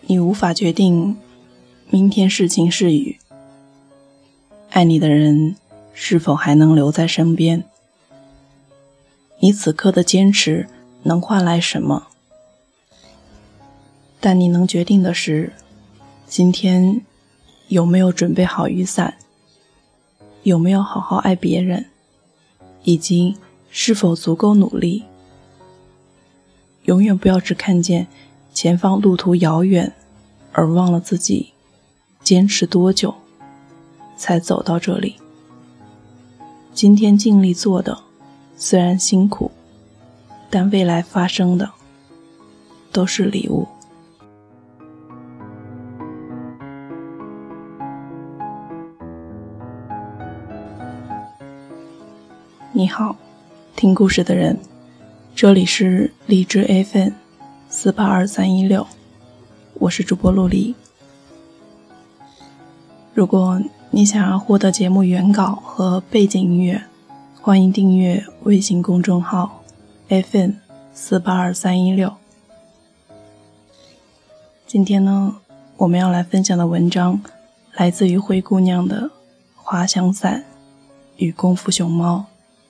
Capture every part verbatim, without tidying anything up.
你无法决定明天是晴是雨，爱你的人是否还能留在身边，你此刻的坚持能换来什么？但你能决定的是，今天有没有准备好雨伞，有没有好好爱别人，以及是否足够努力。永远不要只看见前方路途遥远，而忘了自己坚持多久才走到这里。今天尽力做的虽然辛苦，但未来发生的都是礼物。你好，听故事的人，这里是荔枝 F M 四八二三一六，我是主播陆离。如果你想要获得节目原稿和背景音乐，欢迎订阅微信公众号 F M 四八二三一六。今天呢，我们要来分享的文章来自于灰姑娘的滑翔伞与功夫熊猫。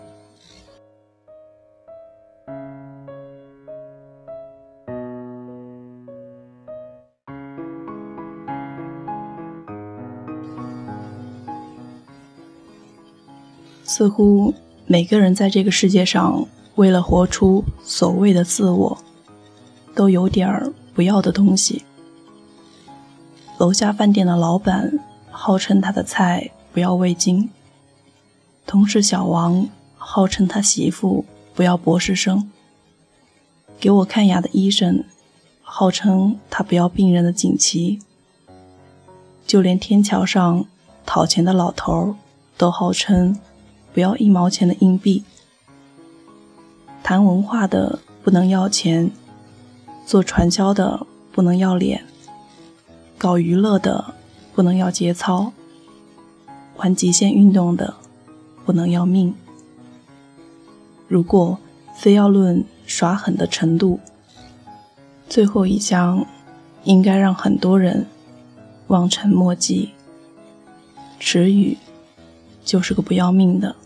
似乎每个人在这个世界上，为了活出所谓的自我，都有点不要的东西。楼下饭店的老板号称他的菜不要味精，同事小王号称他媳妇不要博士生，给我看牙的医生号称他不要病人的锦旗，就连天桥上讨钱的老头都号称不要一毛钱的硬币。谈文化的不能要钱，做传销的不能要脸，搞娱乐的不能要节操，玩极限运动的不能要命。如果非要论耍狠的程度，最后一项应该让很多人望尘莫及。池宇就是个不要命的。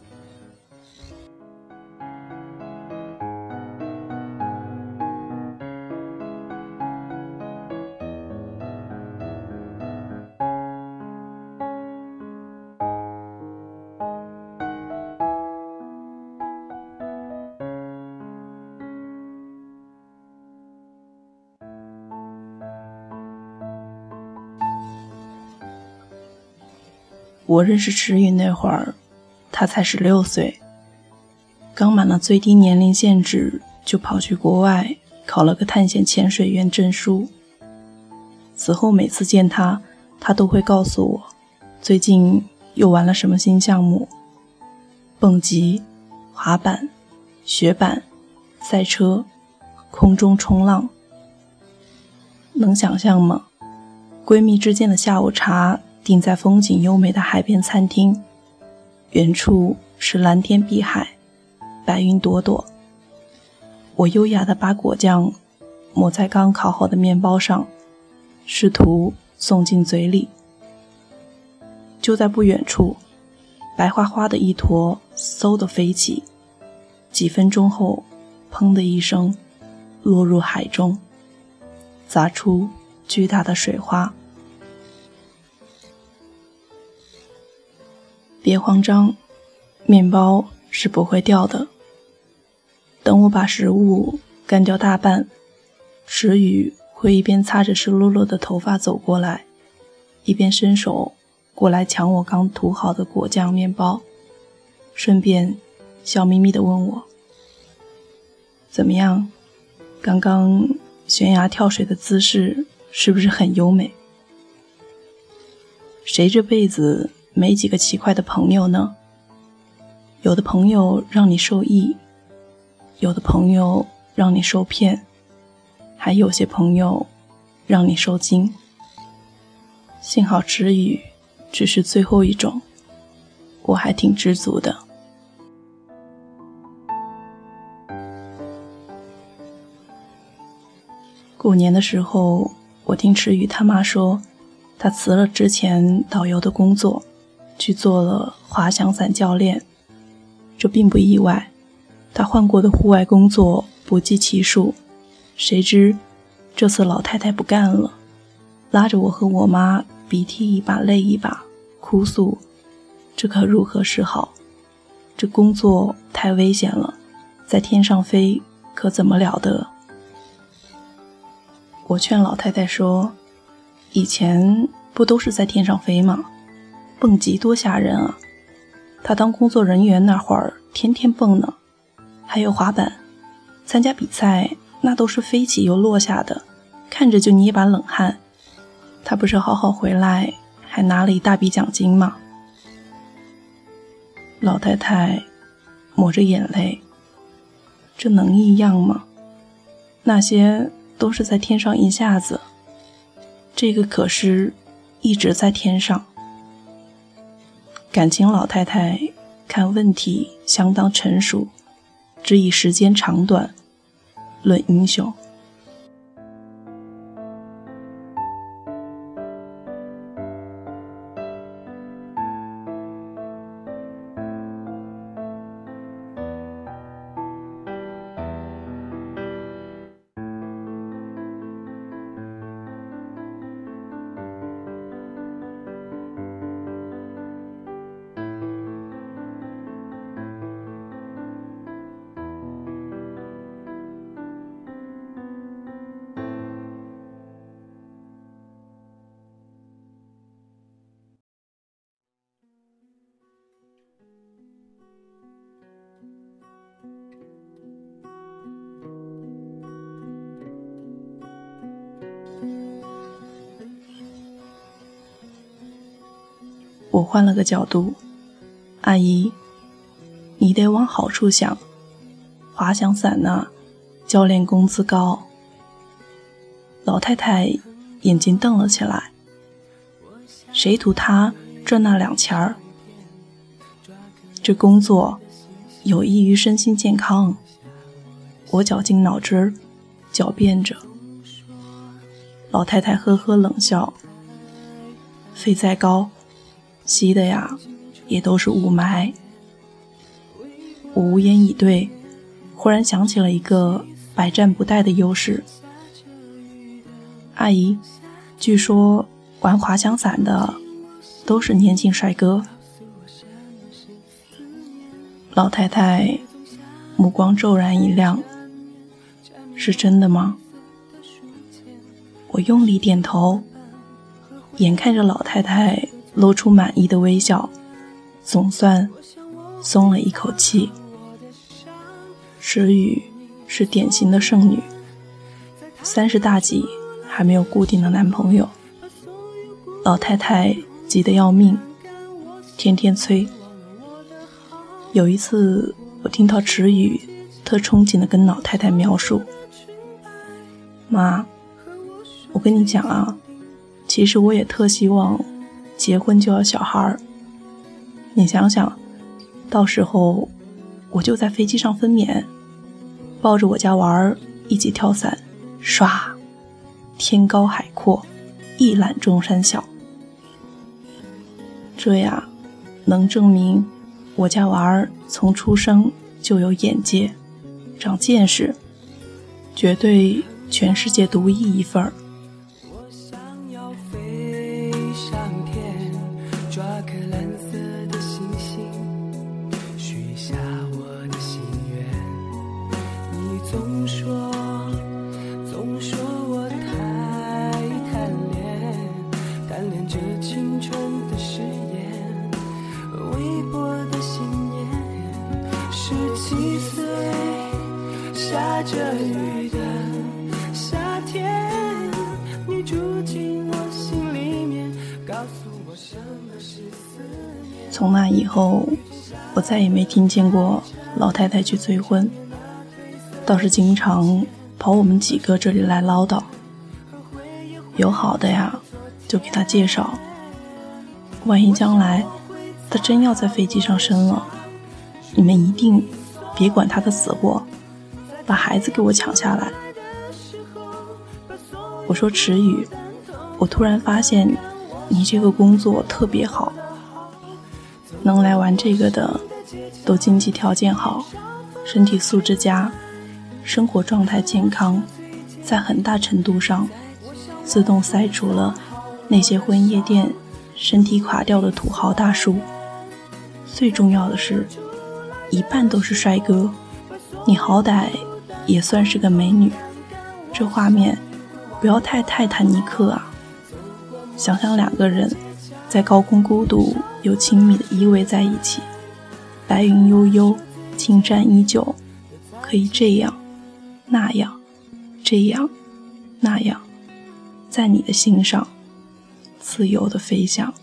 我认识池宇那会儿，他才十六岁，刚满了最低年龄限制，就跑去国外考了个探险潜水员证书。此后每次见他，他都会告诉我，最近又玩了什么新项目，蹦极、滑板、雪板、赛车、空中冲浪。能想象吗？闺蜜之间的下午茶定在风景优美的海边餐厅，远处是蓝天碧海，白云朵朵。我优雅地把果酱抹在刚烤好的面包上，试图送进嘴里。就在不远处，白花花的一坨嗖地飞起，几分钟后，砰的一声落入海中，砸出巨大的水花。别慌张，面包是不会掉的。等我把食物干掉大半，池宇会一边擦着湿漉漉的头发走过来，一边伸手过来抢我刚涂好的果酱面包，顺便笑眯眯地问我，怎么样，刚刚悬崖跳水的姿势是不是很优美？谁这辈子没几个奇怪的朋友呢？有的朋友让你受益，有的朋友让你受骗，还有些朋友让你受惊。幸好池宇只是最后一种，我还挺知足的。过年的时候， 我听池宇他妈说，他辞了之前导游的工作，去做了滑翔伞教练。这并不意外，他换过的户外工作不计其数。谁知这次老太太不干了，拉着我和我妈鼻涕一把泪一把，哭诉这可如何是好，这工作太危险了，在天上飞可怎么了得。我劝老太太说，以前不都是在天上飞吗？蹦极多吓人啊，她当工作人员那会儿天天蹦呢。还有滑板，参加比赛那都是飞起又落下的，看着就捏把冷汗。她不是好好回来还拿了一大笔奖金吗？老太太抹着眼泪，这能一样吗？那些都是在天上一下子，这个可是一直在天上。感情老太太看问题相当成熟，只以时间长短论英雄。我换了个角度，阿姨，你得往好处想，滑翔伞呢，教练工资高。老太太眼睛瞪了起来，谁图他赚那两钱儿？这工作有益于身心健康。我绞尽脑汁狡辩着。老太太呵呵冷笑，飞再高吸的呀也都是雾霾。我无言以对，忽然想起了一个百战不殆的优势。阿姨，据说玩滑翔伞的都是年轻帅哥。老太太目光骤然一亮，是真的吗？我用力点头，眼看着老太太露出满意的微笑，总算松了一口气。石宇是典型的剩女，三十大几还没有固定的男朋友。老太太急得要命，天天催。有一次我听到池宇特憧憬地跟老太太描述，妈，我跟你讲啊，其实我也特希望结婚就要小孩。你想想，到时候我就在飞机上分娩，抱着我家娃儿一起跳伞，唰，天高海阔，一览众山小。这呀，能证明我家娃儿从出生就有眼界，长见识，绝对全世界独一一份儿。 我想要飞上天，抓颗蓝色的星星，许下我的心愿。你总说总说我太贪恋，贪恋这青春的誓言，微薄的信念。十七岁下着雨的夏天，你住进我心里面，告诉我什么是思念。 从那以后，我再也没听见过老太太去催婚，倒是经常跑我们几个这里来唠叨。有好的呀，就给她介绍，万一将来她真要在飞机上生了，你们一定别管她的死活，把孩子给我抢下来。 我说池宇，我突然发现你这个工作特别好，能来玩这个的都经济条件好，身体素质佳，生活状态健康，在很大程度上自动筛除了那些混夜店身体垮掉的土豪大叔。最重要的是一半都是帅哥，你好歹也算是个美女，这画面不要太泰坦尼克啊。想想两个人在高空孤独又亲密的依偎在一起，白云悠悠，青山依旧，可以这样那样这样那样，在你的心上自由地飞翔。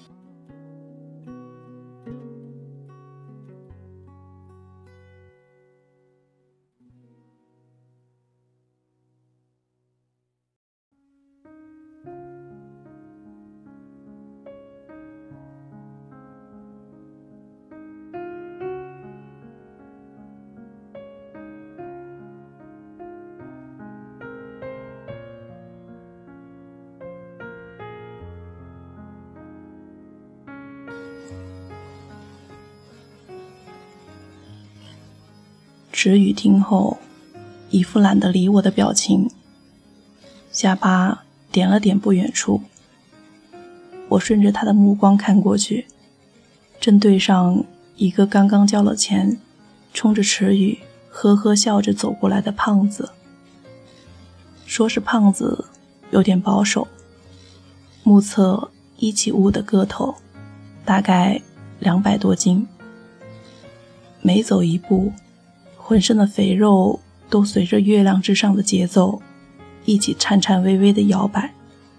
池宇听后一副懒得理我的表情，下巴点了点不远处。我顺着他的目光看过去，正对上一个刚刚交了钱冲着池宇呵呵笑着走过来的胖子。说是胖子有点保守，目测一七五的个头，大概两百多斤，每走一步浑身的肥肉都随着月亮之上的节奏一起颤颤巍巍地摇摆。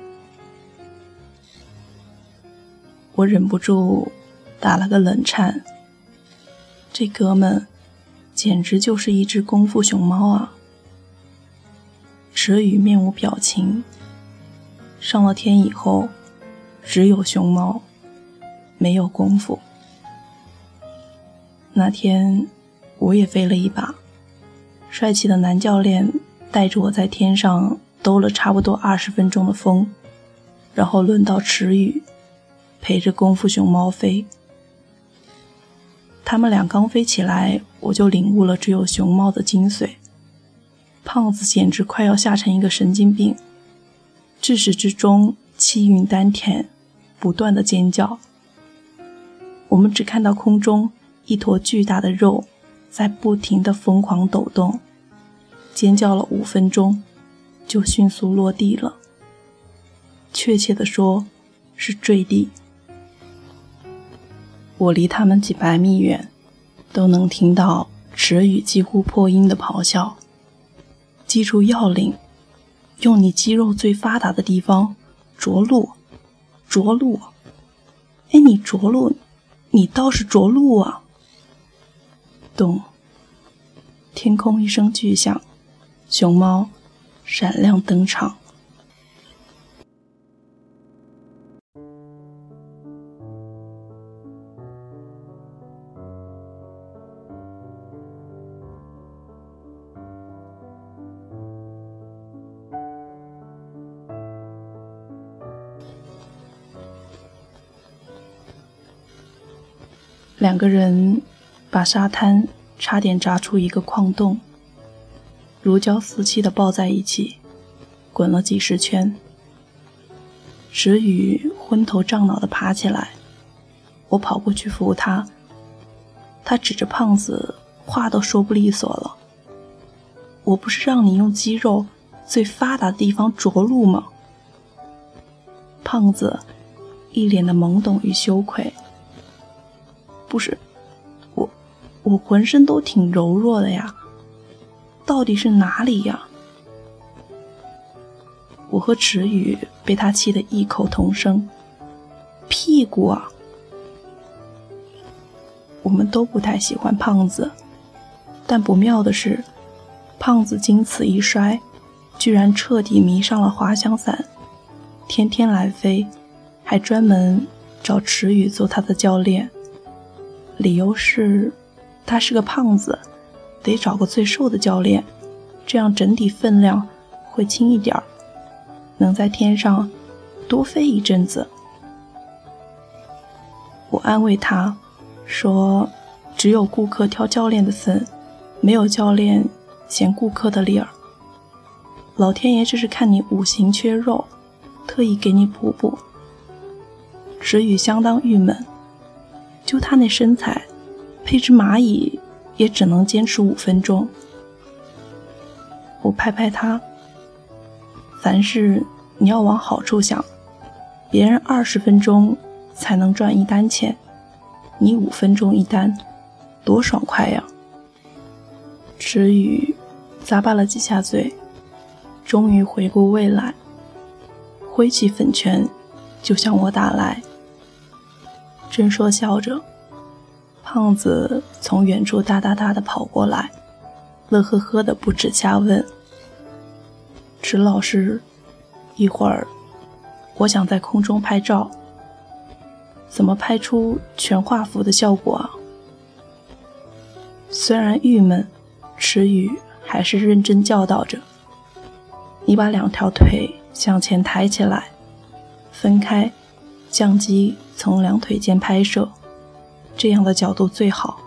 我忍不住打了个冷颤，这哥们简直就是一只功夫熊猫啊。池宇面无表情，上了天以后只有熊猫，没有功夫。那天我也飞了一把，帅气的男教练带着我在天上兜了差不多二十分钟的风，然后轮到池宇陪着功夫熊猫飞。他们俩刚飞起来，我就领悟了只有熊猫的精髓。胖子简直快要吓成一个神经病，至始至终气运丹田，不断的尖叫。我们只看到空中一坨巨大的肉在不停地疯狂抖动，尖叫了五分钟就迅速落地了，确切地说是坠地。我离他们几百米远都能听到池宇几乎破音的咆哮。记住要领，用你肌肉最发达的地方着陆，着陆。哎，你着陆，你倒是着陆啊！咚！天空一声巨响，熊猫闪亮登场。两个人把沙滩差点扎出一个矿洞，如胶似漆地抱在一起，滚了几十圈。池宇昏头胀脑地爬起来，我跑过去扶他，他指着胖子，话都说不利索了。我不是让你用肌肉最发达的地方着陆吗？胖子一脸的懵懂与羞愧。不是，我我浑身都挺柔弱的呀，到底是哪里呀？我和池宇被他气得异口同声，屁股啊！我们都不太喜欢胖子，但不妙的是，胖子经此一摔，居然彻底迷上了滑翔伞，天天来飞，还专门找池宇做他的教练。理由是他是个胖子，得找个最瘦的教练，这样整体分量会轻一点儿。 能在天上多飞一阵子。我安慰他说，只有顾客挑教练的份，没有教练嫌顾客的理儿。老天爷这是看你五行缺肉，特意给你补补。池宇相当郁闷，就他那身材，配只蚂蚁也只能坚持五分钟。我拍拍他，凡事你要往好处想，别人二十分钟才能赚一单钱，你五分钟一单，多爽快呀！池宇咂巴了几下嘴，终于回顾未来，挥起粉拳就向我打来。正说笑着，胖子从远处哒哒哒地跑过来，乐呵呵地不耻下问：池老师，一会儿我想在空中拍照，怎么拍出全画幅的效果啊？虽然郁闷，池宇还是认真教导着：你把两条腿向前抬起来，分开，相机从两腿间拍摄，这样的角度最好。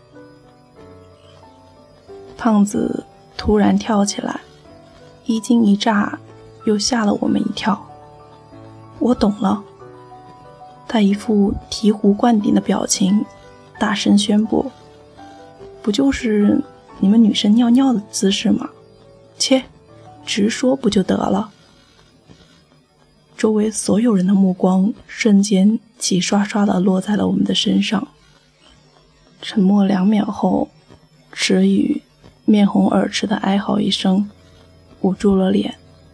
胖子突然跳起来，一惊一乍，又吓了我们一跳。我懂了，他一副醍醐灌顶的表情，大声宣布：不就是你们女生尿尿的姿势吗？切，直说不就得了？周围所有人的目光瞬间齐刷刷地落在了我们的身上。沉默两秒后，池宇面红耳赤地哀嚎一声，捂住了脸。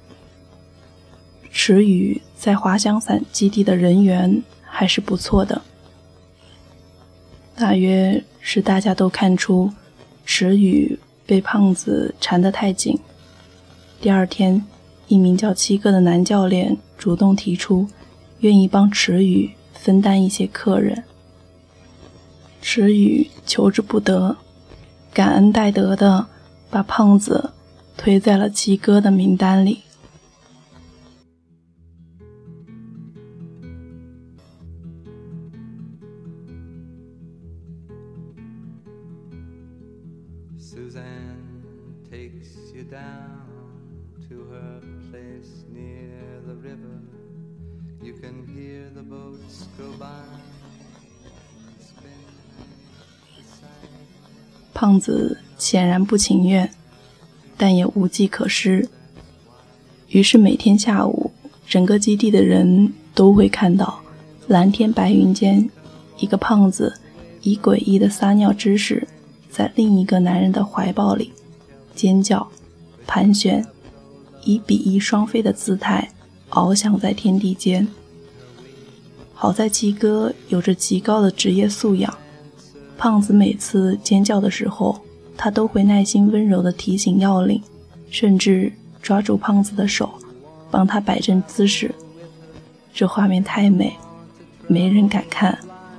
池宇在滑翔伞基地的人缘还是不错的，大约是大家都看出池宇被胖子缠得太紧。第二天，一名叫七哥的男教练主动提出愿意帮池宇分担一些客人。池宇求之不得，感恩戴德的把胖子推在了七哥的名单里。 Suzanne takes you down to her place near the river. You can hear the boats go by. 胖子显然不情愿，但也无计可施。于是每天下午，整个基地的人都会看到蓝天白云间，一个胖子以诡异的撒尿姿势在另一个男人的怀抱里尖叫、盘旋，以比翼双飞的姿态翱翔在天地间。好在七哥有着极高的职业素养，胖子每次尖叫的时候，他都会耐心温柔地提醒要领，甚至抓住胖子的手，帮他摆正姿势。这画面太美，没人敢看。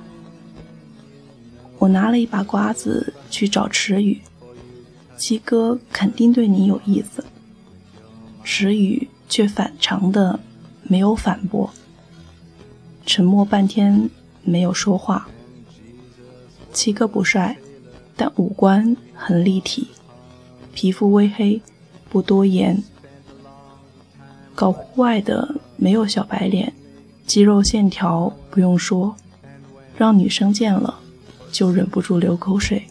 我拿了一把瓜子去找池宇，七哥肯定对你有意思。池宇却反常的没有反驳，沉默半天没有说话。七哥不帅，但五官很立体，皮肤微黑，不多言。搞户外的没有小白脸，肌肉线条不用说，让女生见了就忍不住流口水。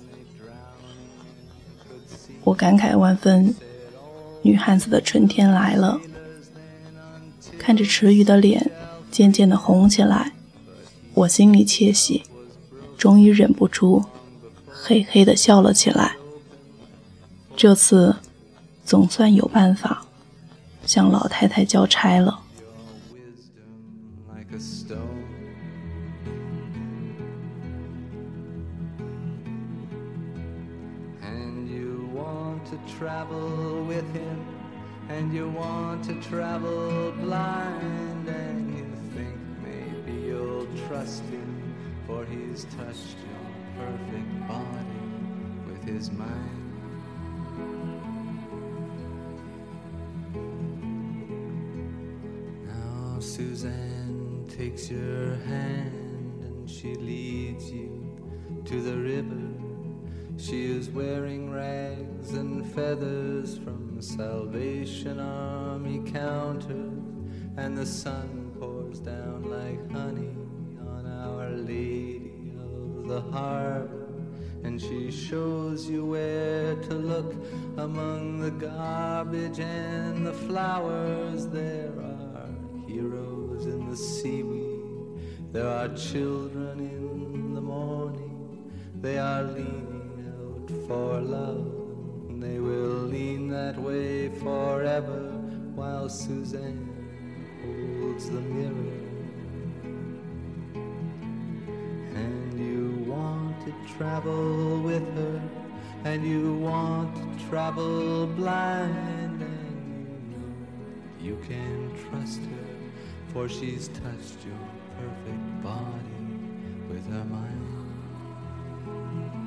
我感慨万分，女汉子的春天来了。看着池宇的脸渐渐地红起来，我心里窃喜，终于忍不住嘿嘿地笑了起来。这次总算有办法向老太太交差了。 Travel with him, and you want to travel blind, and you think maybe you'll trust him, for he's touched your perfect body with his mind. Suzanne takes your hand and she leads you to the river. She is wearing rags and feathers from Salvation Army counters, and the sun pours down like honey on Our Lady of the Harbor. And she shows you where to look among the garbage and the flowers. There are heroes in the seaweed, there are children in the morning. They are leaning out for love, and they will lean that way forever while Suzanne holds the mirror. And you want to travel with her, and you want to travel blind, and you know you can trust her, for she's touched your perfect body with her mind.